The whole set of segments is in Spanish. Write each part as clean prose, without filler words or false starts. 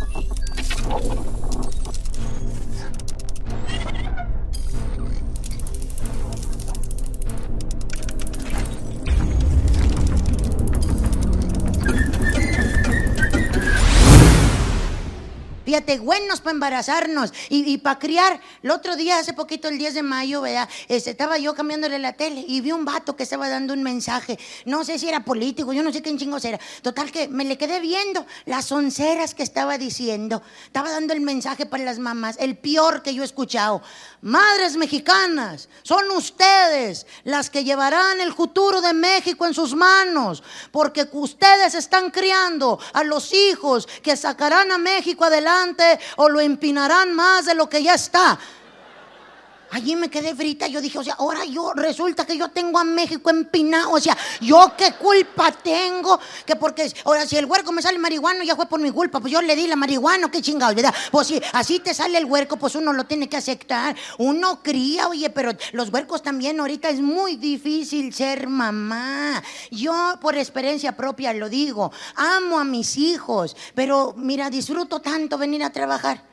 Fíjate, buenos para embarazarnos y para criar. El otro día, hace poquito, el 10 de mayo, ¿verdad? Estaba yo cambiándole la tele y vi un vato que estaba dando un mensaje. No sé si era político, yo no sé quién chingos era. Total que me le quedé viendo las onceras que estaba diciendo. Estaba dando el mensaje para las mamás, el peor que yo he escuchado. Madres mexicanas, son ustedes las que llevarán el futuro de México en sus manos, porque ustedes están criando a los hijos que sacarán a México adelante o lo empinarán más de lo que ya está. Allí me quedé frita, yo dije, o sea, ahora resulta que yo tengo a México empinado, o sea, ¿yo qué culpa tengo? Que porque, ahora si el huerco me sale marihuano, ya fue por mi culpa, pues yo le di la marihuana, qué chingados, ¿verdad? Pues si así te sale el huerco, pues uno lo tiene que aceptar, uno cría, oye, pero los huercos también ahorita es muy difícil ser mamá. Yo por experiencia propia lo digo, amo a mis hijos, pero mira, disfruto tanto venir a trabajar.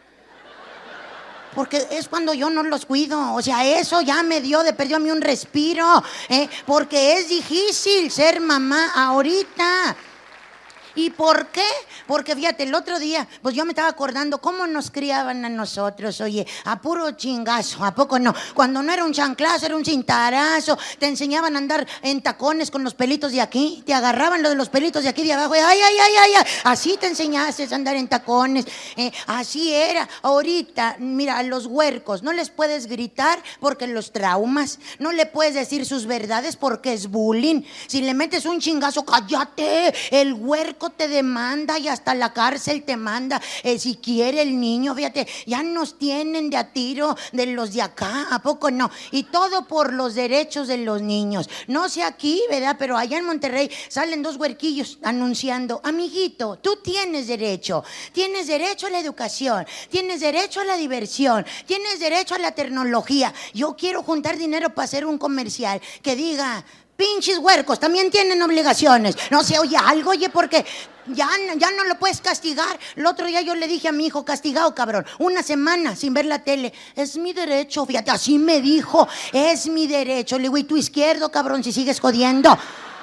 Porque es cuando yo no los cuido. O sea, eso ya me perdió a mí un respiro, porque es difícil ser mamá ahorita. ¿Y por qué? Porque fíjate, el otro día, pues yo me estaba acordando cómo nos criaban a nosotros, oye, a puro chingazo, ¿a poco no? Cuando no era un chanclazo, era un cintarazo, te enseñaban a andar en tacones con los pelitos de aquí, te agarraban lo de los pelitos de aquí de abajo, y ay, así te enseñaste a andar en tacones, así era. Ahorita, mira, a los huercos no les puedes gritar porque los traumas, no le puedes decir sus verdades porque es bullying. Si le metes un chingazo, cállate, el huerco te demanda y hasta la cárcel te manda, si quiere el niño, fíjate, ya nos tienen de a tiro de los de acá, ¿a poco no? Y todo por los derechos de los niños. No sé aquí, ¿verdad? Pero allá en Monterrey salen dos huerquillos anunciando, amiguito, tú tienes derecho a la educación, tienes derecho a la diversión, tienes derecho a la tecnología. Yo quiero juntar dinero para hacer un comercial que diga, pinches huercos, también tienen obligaciones. No se oye algo, oye, porque ya no lo puedes castigar. El otro día yo le dije a mi hijo, castigado, cabrón, una semana sin ver la tele. Es mi derecho, fíjate, así me dijo, es mi derecho. Le digo, ¿y tú izquierdo, cabrón, si sigues jodiendo?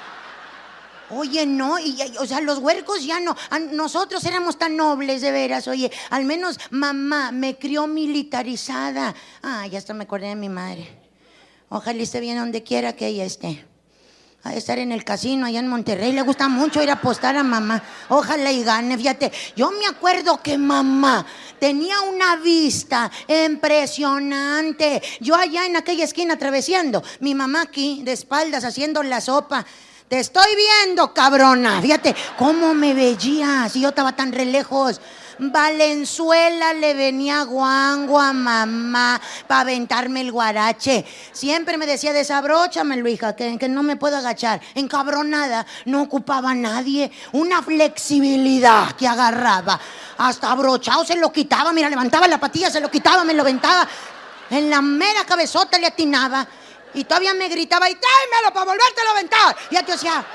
Oye, no, o sea, los huercos ya no. Nosotros éramos tan nobles, de veras, oye. Al menos mamá me crió militarizada. Ya hasta me acordé de mi madre. Ojalá esté bien donde quiera que ella esté. A estar en el casino allá en Monterrey, le gusta mucho ir a apostar a mamá. Ojalá y gane, fíjate. Yo me acuerdo que mamá tenía una vista impresionante. Yo allá en aquella esquina travesando, mi mamá aquí de espaldas haciendo la sopa. Te estoy viendo, cabrona. Fíjate cómo me veía si yo estaba tan re lejos. Valenzuela le venía guango a mamá para aventarme el guarache. Siempre me decía, desabróchamelo, hija, que no me puedo agachar. Encabronada, no ocupaba a nadie. Una flexibilidad que agarraba. Hasta abrochado se lo quitaba. Mira, levantaba la patilla, se lo quitaba, me lo aventaba. En la mera cabezota le atinaba. Y todavía me gritaba, y tráemelo para volvértelo a aventar. Y ya te decía...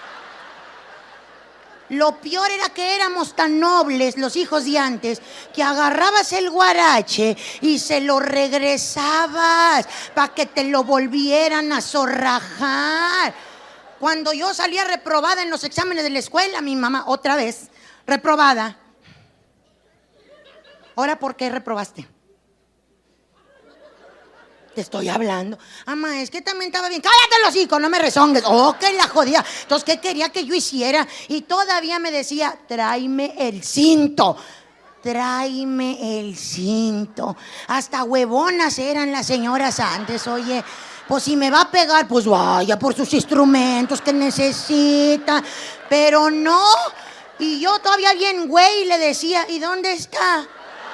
Lo peor era que éramos tan nobles, los hijos de antes, que agarrabas el guarache y se lo regresabas para que te lo volvieran a zorrajar. Cuando yo salía reprobada en los exámenes de la escuela, mi mamá, otra vez, reprobada. ¿Ahora por qué reprobaste? Te estoy hablando. Mamá, es que también estaba bien. Cállate los hijos, no me rezongues. Oh, que la jodía. Entonces, ¿qué quería que yo hiciera? Y todavía me decía, tráeme el cinto. Tráeme el cinto. Hasta huevonas eran las señoras antes, oye. Pues si me va a pegar, pues vaya por sus instrumentos que necesita. Pero no. Y yo todavía bien güey le decía, ¿y dónde está?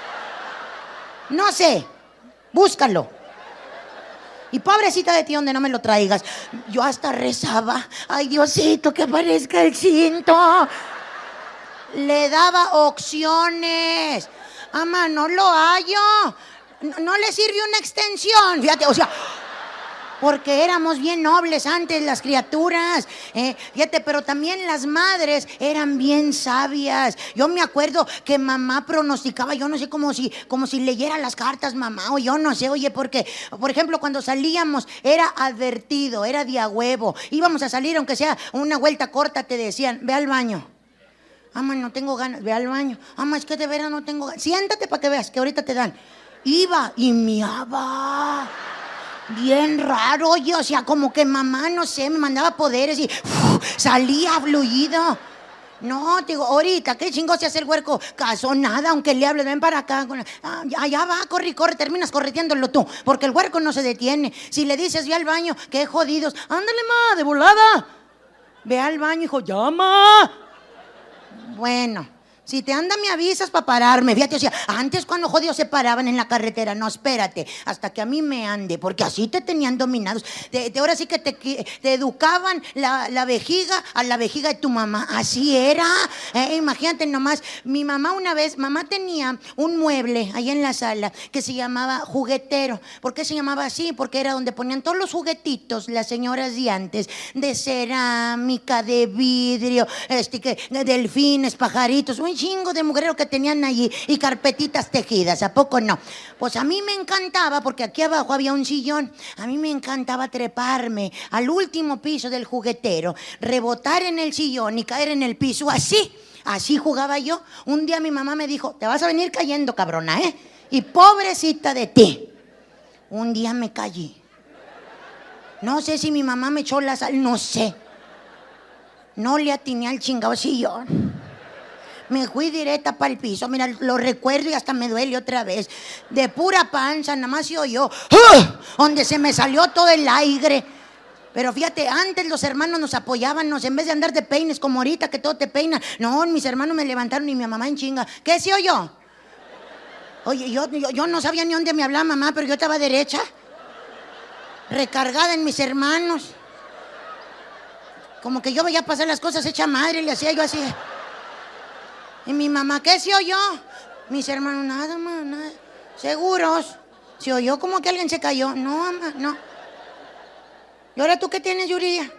No sé, búscalo. Y pobrecita de ti, donde no me lo traigas. Yo hasta rezaba, ay Diosito, que aparezca el cinto. Le daba opciones. Mamá, no lo hallo. No le sirve una extensión. Fíjate, o sea, Porque éramos bien nobles antes las criaturas, fíjate, pero también las madres eran bien sabias. Yo me acuerdo que mamá pronosticaba, yo no sé, como si leyera las cartas mamá, o yo no sé, oye, porque, por ejemplo, cuando salíamos era advertido, era de a huevo. Íbamos a salir, aunque sea una vuelta corta, te decían, ve al baño. Ama, no tengo ganas, ve al baño. Ama, es que de veras no tengo ganas. Siéntate para que veas, que ahorita te dan. Iba y miaba. Bien raro, oye, o sea, como que mamá, no sé, me mandaba poderes y salía fluido. No, te digo, ahorita, ¿qué chingo se hace el huerco? Caso nada, aunque le hables, ven para acá. Allá va, corre, terminas correteándolo tú, porque el huerco no se detiene. Si le dices, ve al baño, qué jodidos. Ándale, ma, de volada. Ve al baño, hijo, llama. Bueno. Si te anda, me avisas para pararme. Fíjate, o sea, antes cuando jodidos se paraban en la carretera, no, espérate, hasta que a mí me ande, porque así te tenían dominados. Ahora sí que te educaban la vejiga a la vejiga de tu mamá. Así era. Imagínate nomás, mi mamá una vez, mamá tenía un mueble ahí en la sala que se llamaba juguetero. ¿Por qué se llamaba así? Porque era donde ponían todos los juguetitos, las señoras de antes, de cerámica, de vidrio, de delfines, pajaritos, un chingo de mugrero que tenían allí y carpetitas tejidas, ¿a poco no? Pues a mí me encantaba, porque aquí abajo había un sillón, a mí me encantaba treparme al último piso del juguetero, rebotar en el sillón y caer en el piso, así jugaba yo. Un día mi mamá me dijo, te vas a venir cayendo, cabrona, y pobrecita de ti. Un día me caí. No sé si mi mamá me echó la sal, no sé. No le atiné al chingado sillón. Me fui directa para el piso, mira, lo recuerdo y hasta me duele otra vez. De pura panza, nada más se oyó, donde se me salió todo el aire. Pero fíjate, antes los hermanos nos apoyaban, en vez de andar de peines como ahorita que todo te peina. No, mis hermanos me levantaron y mi mamá en chinga. ¿Qué se oyó? Oye, yo no sabía ni dónde me hablaba mamá, pero yo estaba derecha, recargada en mis hermanos. Como que yo veía pasar las cosas hecha madre, le hacía yo así. Y mi mamá, ¿qué se oyó? Mis hermanos, nada, mamá, nada. ¿Seguros? ¿Se oyó como que alguien se cayó? No, mamá, no. ¿Y ahora tú qué tienes, Yuridia?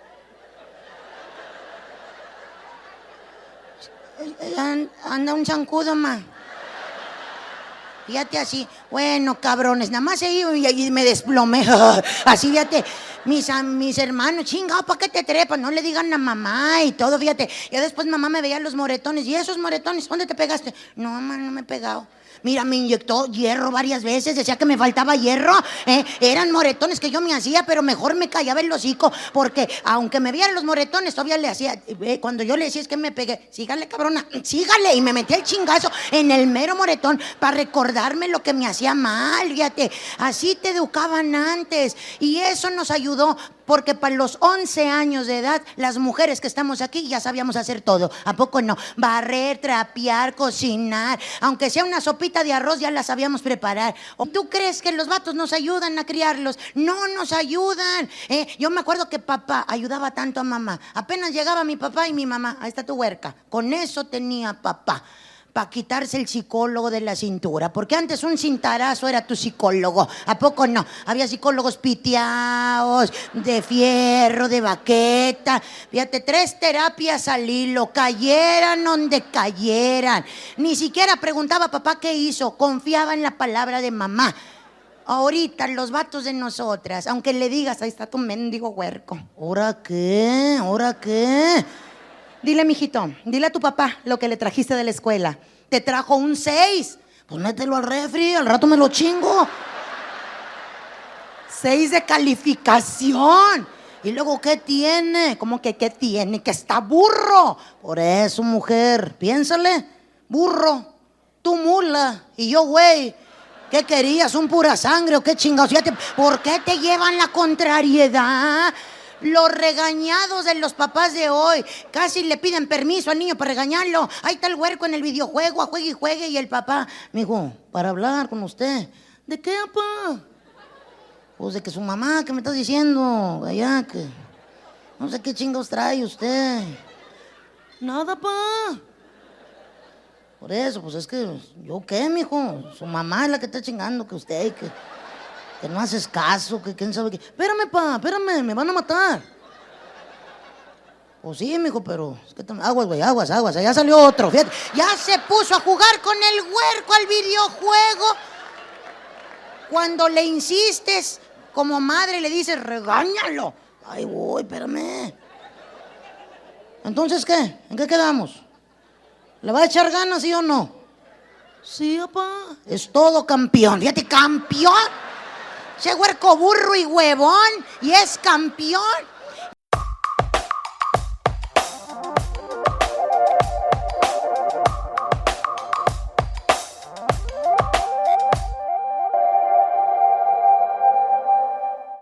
Anda un zancudo, mamá. Fíjate así, bueno, cabrones, nada más se iba y me desplomé. Así, fíjate, mis hermanos, chingado, ¿para qué te trepas? No le digan a mamá y todo, fíjate. Ya después mamá me veía los moretones. ¿Y esos moretones? ¿Dónde te pegaste? No, mamá, no me he pegado. Mira, me inyectó hierro varias veces, decía que me faltaba hierro. Eran moretones que yo me hacía, pero mejor me callaba el hocico, porque aunque me vieran los moretones, todavía le hacía. Cuando yo le decía, es que me pegué, sígale, cabrona, sígale. Y me metí el chingazo en el mero moretón para recordarme lo que me hacía mal, fíjate. Así te educaban antes. Y eso nos ayudó, porque para los 11 años de edad, las mujeres que estamos aquí ya sabíamos hacer todo. ¿A poco no? Barrer, trapear, cocinar, aunque sea una sopita de arroz ya la sabíamos preparar. ¿O tú crees que los vatos nos ayudan a criarlos? No nos ayudan. Yo me acuerdo que papá ayudaba tanto a mamá. Apenas llegaba mi papá y mi mamá, ahí está tu huerca. Con eso tenía papá, para quitarse el psicólogo de la cintura, porque antes un cintarazo era tu psicólogo. ¿A poco no? Había psicólogos piteados, de fierro, de baqueta. Fíjate, 3 terapias al hilo, cayeran donde cayeran. Ni siquiera preguntaba papá qué hizo, confiaba en la palabra de mamá. Ahorita los vatos de nosotras, aunque le digas, ahí está tu mendigo huerco. ¿Ahora qué? ¿Ahora qué? Dile, mijito, dile a tu papá lo que le trajiste de la escuela. Te trajo un 6. Pues mételo al refri, al rato me lo chingo. 6 de calificación. Y luego, ¿qué tiene? ¿Cómo que qué tiene? Que está burro. Por eso, mujer, piénsale. Burro, tú mula y yo güey. ¿Qué querías? ¿Un pura sangre o qué chingados? ¿Por qué te llevan la contrariedad? Los regañados de los papás de hoy casi le piden permiso al niño para regañarlo. Ahí está el huerco en el videojuego, juegue y juegue, y el papá, mijo, para hablar con usted. ¿De qué, papá? Pues de que su mamá, ¿qué me estás diciendo? Allá, que no sé qué chingados trae usted. Nada, papá. Por eso, pues es que, ¿yo qué, mijo? Su mamá es la que está chingando, que usted, que Que no haces caso, que quién sabe qué. Espérame, pa, espérame, me van a matar. Pues sí, mijo, pero es que aguas, güey, aguas. Ya salió otro, fíjate. Ya se puso a jugar con el huerco al videojuego. Cuando le insistes, como madre le dices, regáñalo. Ay, voy, espérame. Entonces, ¿qué? ¿En qué quedamos? ¿Le va a echar ganas, sí o no? Sí, papá. Es todo campeón. Fíjate, campeón. Ese huerco burro y huevón. Y es campeón.